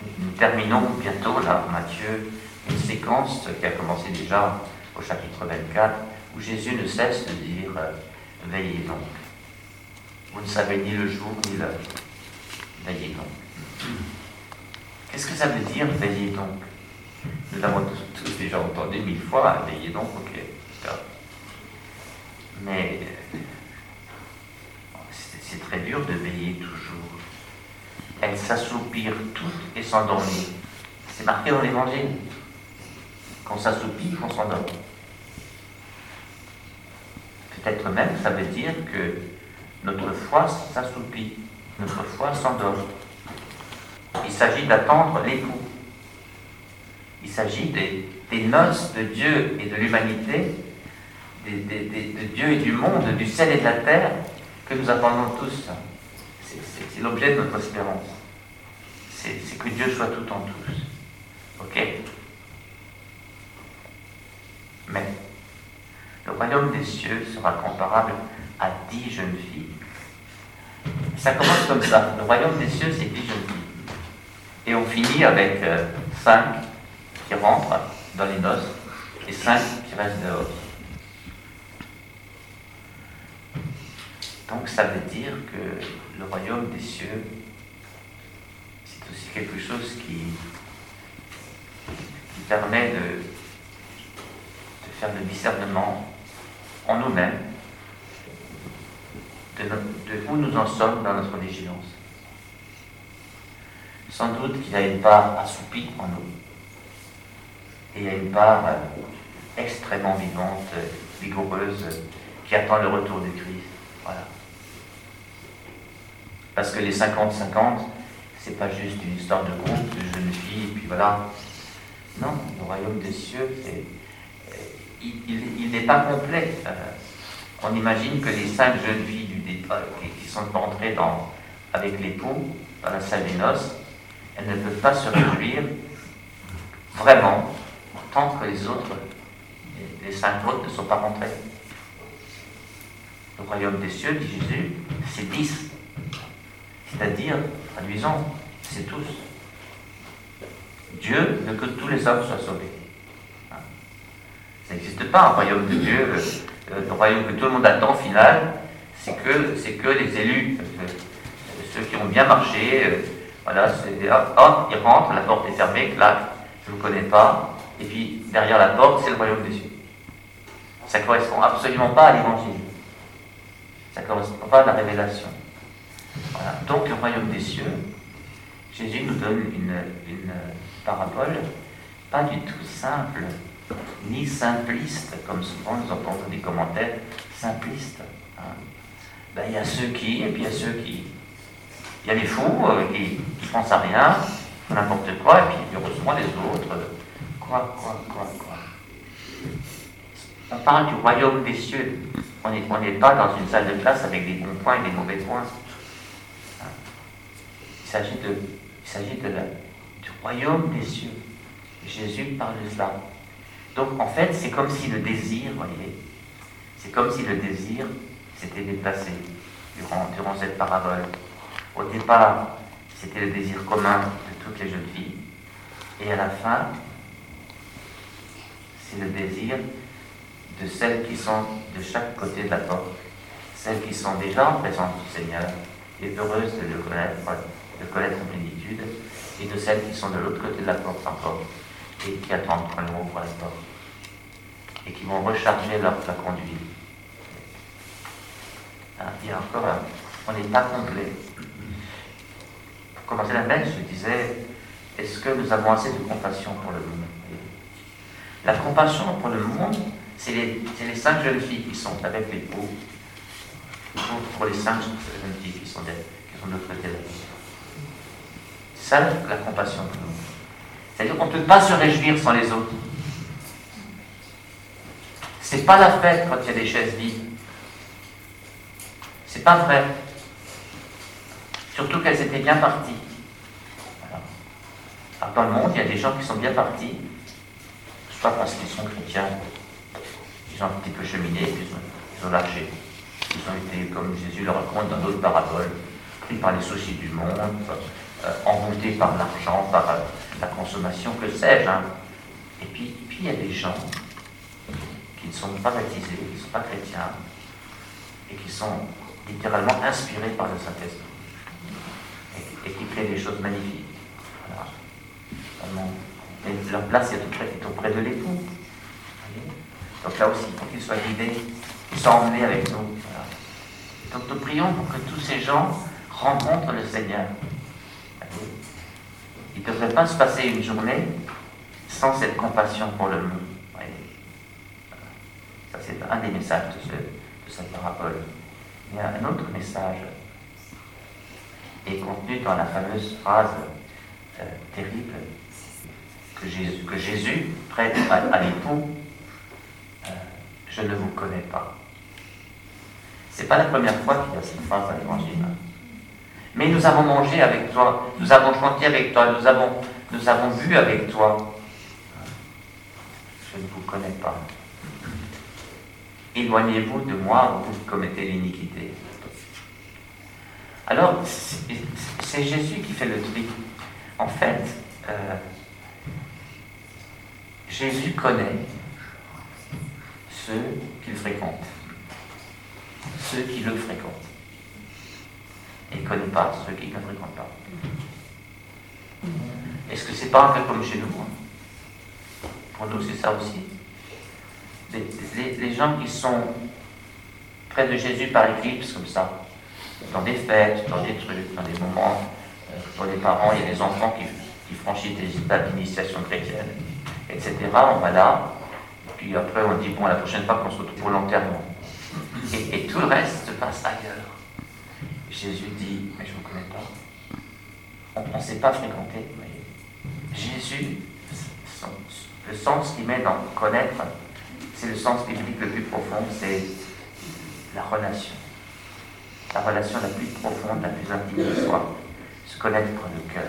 Nous terminons bientôt, là, Matthieu, une séquence qui a commencé déjà au chapitre 24, où Jésus ne cesse de dire « Veillez donc. Vous ne savez ni le jour ni l'heure. Veillez donc. » Qu'est-ce que ça veut dire « Veillez donc » Nous l'avons tous déjà entendu 1000 fois, « Veillez donc », ok. Mais c'est très dur de veiller toujours. Elles s'assoupirent toutes et s'endormirent. C'est marqué dans l'Évangile. Qu'on s'assoupit, qu'on s'endort. Peut-être même, ça veut dire que notre foi s'assoupit, notre foi s'endort. Il s'agit d'attendre l'époux. Il s'agit des noces de Dieu et de l'humanité, de Dieu et du monde, du ciel et de la terre, que nous attendons tous. C'est l'objet de notre espérance. C'est que Dieu soit tout en tous. Ok? Mais le royaume des cieux sera comparable à 10 jeunes filles. Ça commence comme ça. Le royaume des cieux, c'est 10 jeunes filles. Et on finit avec 5 qui rentrent dans les noces et 5 qui restent dehors. Donc ça veut dire que le royaume des cieux, c'est aussi quelque chose qui permet de faire le discernement en nous-mêmes de où nous en sommes dans notre vigilance. Sans doute qu'il y a une part assoupie en nous et il y a une part extrêmement vivante, vigoureuse, qui attend le retour du Christ. Voilà. Parce que les 50-50, c'est pas juste une histoire de groupe, de jeunes filles, et puis voilà. Non, le royaume des cieux, il n'est pas complet. On imagine que les 5 jeunes filles du départ, qui sont entrées avec l'époux dans la salle des noces, elles ne peuvent pas se réjouir vraiment tant que les autres, les 5 autres ne sont pas rentrés. Le royaume des cieux, dit Jésus, c'est 10. C'est-à-dire, traduisons, c'est tous. Dieu veut que tous les hommes soient sauvés. Ça n'existe pas un royaume de Dieu. Le royaume que tout le monde attend, au final, c'est que les élus, ceux qui ont bien marché, voilà, hop, ils rentrent, la porte est fermée, clac, je ne vous connais pas, et puis derrière la porte, c'est le royaume des cieux. Ça ne correspond absolument pas à l'évangile. Ça ne correspond pas à la révélation. Voilà. Donc le royaume des cieux, Jésus nous donne une parabole pas du tout simple, ni simpliste, comme souvent nous entendons des commentaires simplistes. Ben, il y a ceux qui, et puis il y a ceux qui. Il y a les fous qui pensent à rien, n'importe quoi, et puis heureusement les autres. Quoi. On parle du royaume des cieux. On n'est pas dans une salle de classe avec des bons points et des mauvais points. Il s'agit du royaume des cieux. Jésus parle de cela. Donc en fait, c'est comme si le désir, vous voyez, c'est comme si le désir s'était déplacé durant cette parabole. Au départ, c'était le désir commun de toutes les jeunes filles. Et à la fin, c'est le désir de celles qui sont de chaque côté de la porte, celles qui sont déjà en présence du Seigneur et heureuses de le connaître en plénitude, et de celles qui sont de l'autre côté de la porte encore et qui attendent qu'on leur ouvre la porte et qui vont recharger leur conduite. Il y a encore on n'est pas complet. Pour commencer la messe, je disais, est-ce que nous avons assez de compassion pour le monde? La compassion pour le monde, c'est les 5 jeunes filles qui sont avec l'époux, pour les 5 jeunes filles qui sont de l'autre côté de la vie. C'est ça la compassion pour nous. C'est-à-dire qu'on ne peut pas se réjouir sans les autres. C'est pas la fête quand il y a des chaises vides. C'est pas vrai. Surtout qu'elles étaient bien parties. Voilà. Alors dans le monde, il y a des gens qui sont bien partis, soit parce qu'ils sont chrétiens, ils ont un petit peu cheminé, puis ils ont lâché. Ils ont été, comme Jésus le raconte dans d'autres paraboles, pris par les soucis du monde, envoûtés par l'argent, par la consommation, que sais-je. Hein. Et puis il y a des gens qui ne sont pas baptisés, qui ne sont pas chrétiens, et qui sont littéralement inspirés par le Saint-Esprit, et qui créent des choses magnifiques. Voilà. Vraiment. Et leur place est auprès de l'époux. Donc là aussi, il faut qu'ils soient guidés, qu'ils soient emmenés avec nous. Voilà. Donc nous prions pour que tous ces gens rencontrent le Seigneur. Il ne devrait pas se passer une journée sans cette compassion pour le monde. Ça, c'est un des messages de cette parabole. Il y a un autre message est contenu dans la fameuse phrase terrible que Jésus prête à l'époux. Je ne vous connais pas. Ce n'est pas la première fois qu'il y a cette phrase dans l'Évangile. Mais nous avons mangé avec toi, nous avons chanté avec toi, nous avons bu avec toi. Je ne vous connais pas. Éloignez-vous de moi, vous commettez l'iniquité. Alors, c'est Jésus qui fait le tri. En fait, Jésus connaît ceux qu'il fréquente, ceux qui le fréquentent. Et il ne connaît pas ceux qui ne le fréquentent pas. Est-ce que c'est pas un peu comme chez nous? Pour nous, c'est ça aussi. Les gens qui sont près de Jésus par éclipse, comme ça, dans des fêtes, dans des trucs, dans des moments, pour les parents, il y a des enfants qui franchissent des étapes d'initiation chrétienne, etc. On va là, puis après on dit, bon, la prochaine fois qu'on se retrouve pour l'enterrement. Et tout le reste se passe ailleurs. Jésus dit, mais je ne vous connais pas. On ne s'est pas fréquenté. Jésus, le sens qu'il met dans connaître, c'est le sens biblique le plus profond, c'est la relation. La relation la plus profonde, la plus intime de soi. Se connaître par le cœur.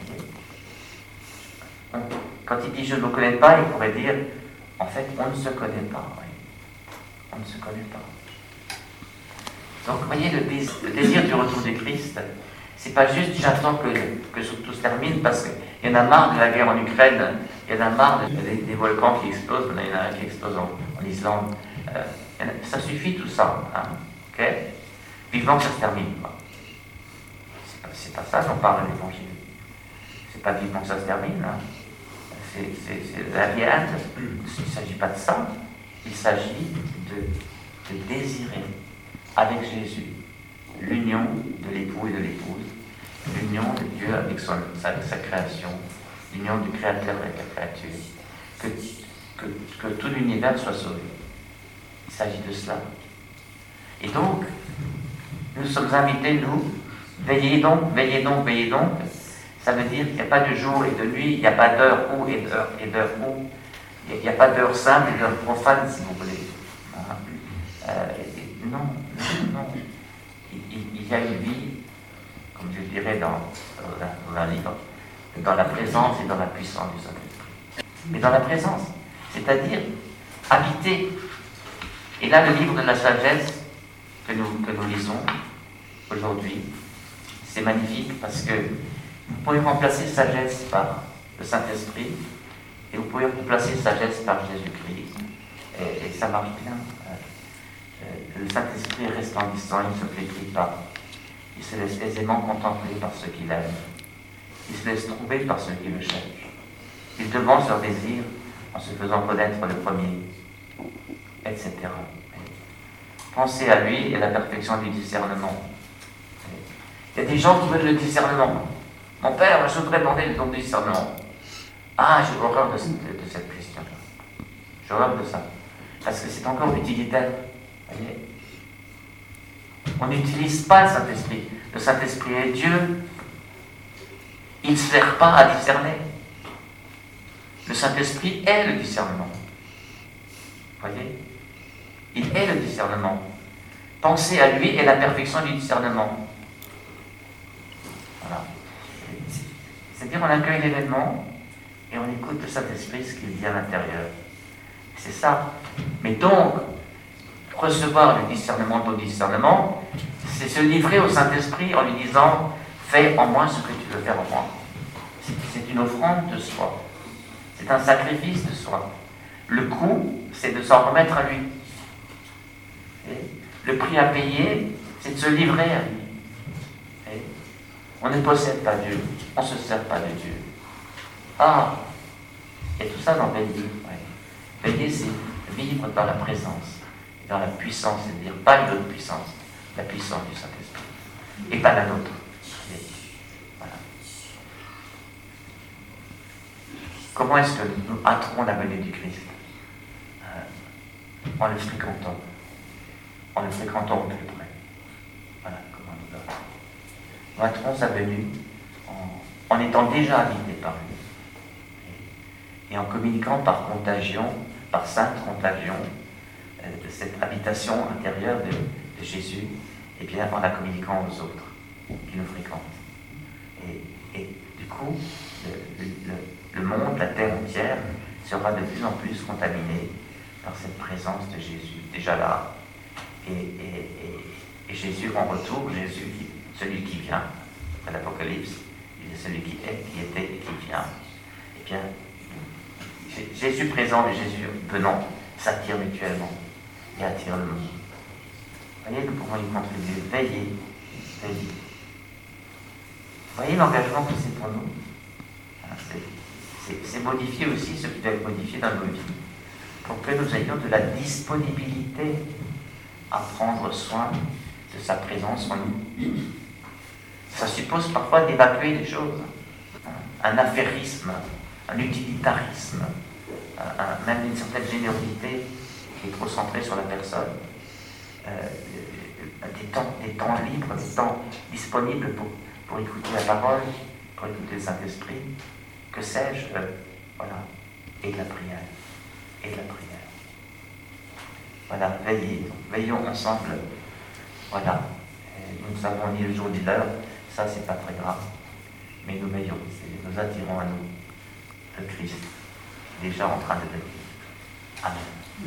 Quand il dit je ne vous connais pas, il pourrait dire en fait on ne se connaît pas. On ne se connaît pas. Donc vous voyez, le désir du retour du Christ, c'est pas juste j'attends que tout se termine parce qu'il y en a marre de la guerre en Ukraine, il y en a marre des volcans qui explosent, il y en a un qui explose en Islande. Ça suffit tout ça. Hein, okay. Vivement que ça se termine. C'est pas ça dont parle l'Évangile. C'est pas vivement que ça se termine. Hein. C'est la viande. Il ne s'agit pas de ça. Il s'agit de désirer avec Jésus l'union de l'époux et de l'épouse, l'union de Dieu avec sa création, l'union du Créateur avec la créature, que tout l'univers soit sauvé. Il s'agit de cela. Et donc, nous sommes invités, nous, veillez donc, veillez donc, veillez donc. Ça veut dire qu'il n'y a pas de jour et de nuit, il n'y a pas d'heure où et d'heure où. Il n'y a pas d'heure sainte et d'heure profane, si vous voulez. Non. Il y a une vie, comme je dirais dans un livre, dans la présence et dans la puissance du Saint-Esprit. Mais dans la présence, c'est-à-dire habiter. Et là, le livre de la sagesse que nous lisons aujourd'hui, c'est magnifique parce que vous pouvez remplacer sagesse par le Saint-Esprit et vous pouvez remplacer sagesse par Jésus-Christ. Et ça marche bien. Le Saint-Esprit est resplendissant, il ne se flétrit pas. Il se laisse aisément contempler par ceux qui l'aiment. Il se laisse trouver par ceux qui le cherchent. Il devance leur désir en se faisant connaître le premier, etc. Pensez à lui et à la perfection du discernement. Il y a des gens qui veulent le discernement. Mon père, je voudrais demander le don du discernement. Ah, j'ai horreur de cette question. J'ai horreur de ça. Parce que c'est encore utilitaire. Voyez, on n'utilise pas le Saint-Esprit. Le Saint-Esprit est Dieu. Il ne sert pas à discerner. Le Saint-Esprit est le discernement. Voyez, il est le discernement. Pensez à lui et la perfection du discernement. Voilà. C'est-à-dire on accueille l'événement et on écoute le Saint-Esprit ce qu'il dit à l'intérieur. C'est ça. Mais donc, recevoir le discernement de nos discernements, c'est se livrer au Saint-Esprit en lui disant « fais en moi ce que tu veux faire en moi. C'est une offrande de soi. C'est un sacrifice de soi. Le coût, c'est de s'en remettre à lui. Et le prix à payer, c'est de se livrer à lui. Et on ne possède pas Dieu, on ne se sert pas de Dieu. Ah, et tout ça dans veiller. Ouais. Veiller, c'est vivre dans la présence, dans la puissance, c'est-à-dire pas une autre puissance, la puissance du Saint-Esprit, et pas la nôtre. Et voilà. Comment est-ce que nous hâterons la venue du Christ? En le fréquentant. En le fréquentant au plus près. Voilà comment nous verrons. Nous hâterons sa venue en étant déjà habités par lui. Et en communiquant par contagion, par sainte contagion, de cette habitation intérieure de Jésus, et bien en la communiquant aux autres qui nous fréquentent. Et du coup, le monde, la terre entière, sera de plus en plus contaminé par cette présence de Jésus, déjà là. Et Jésus en retour, Jésus, celui qui vient, après l'Apocalypse, il est celui qui est, qui était et qui vient. Et bien, Jésus présent et Jésus venant s'attirent mutuellement et attirent le monde. Vous voyez, nous pouvons y contribuer. Veillez, veillez. Vous voyez l'engagement que c'est pour nous? C'est modifier aussi ce qui doit être modifié dans nos vies, pour que nous ayons de la disponibilité à prendre soin de sa présence en nous. Ça suppose parfois d'évacuer des choses, un affairisme, un utilitarisme, même une certaine générosité qui est trop centrée sur la personne, des temps libres, des temps disponibles pour écouter la parole, pour écouter le Saint-Esprit, que sais-je, voilà, et de la prière, et de la prière. Voilà, veillons ensemble, voilà. Nous ne savons ni le jour ni l'heure, ça c'est pas très grave, mais nous veillons, nous attirons à nous le Christ, déjà en train de venir. Amen.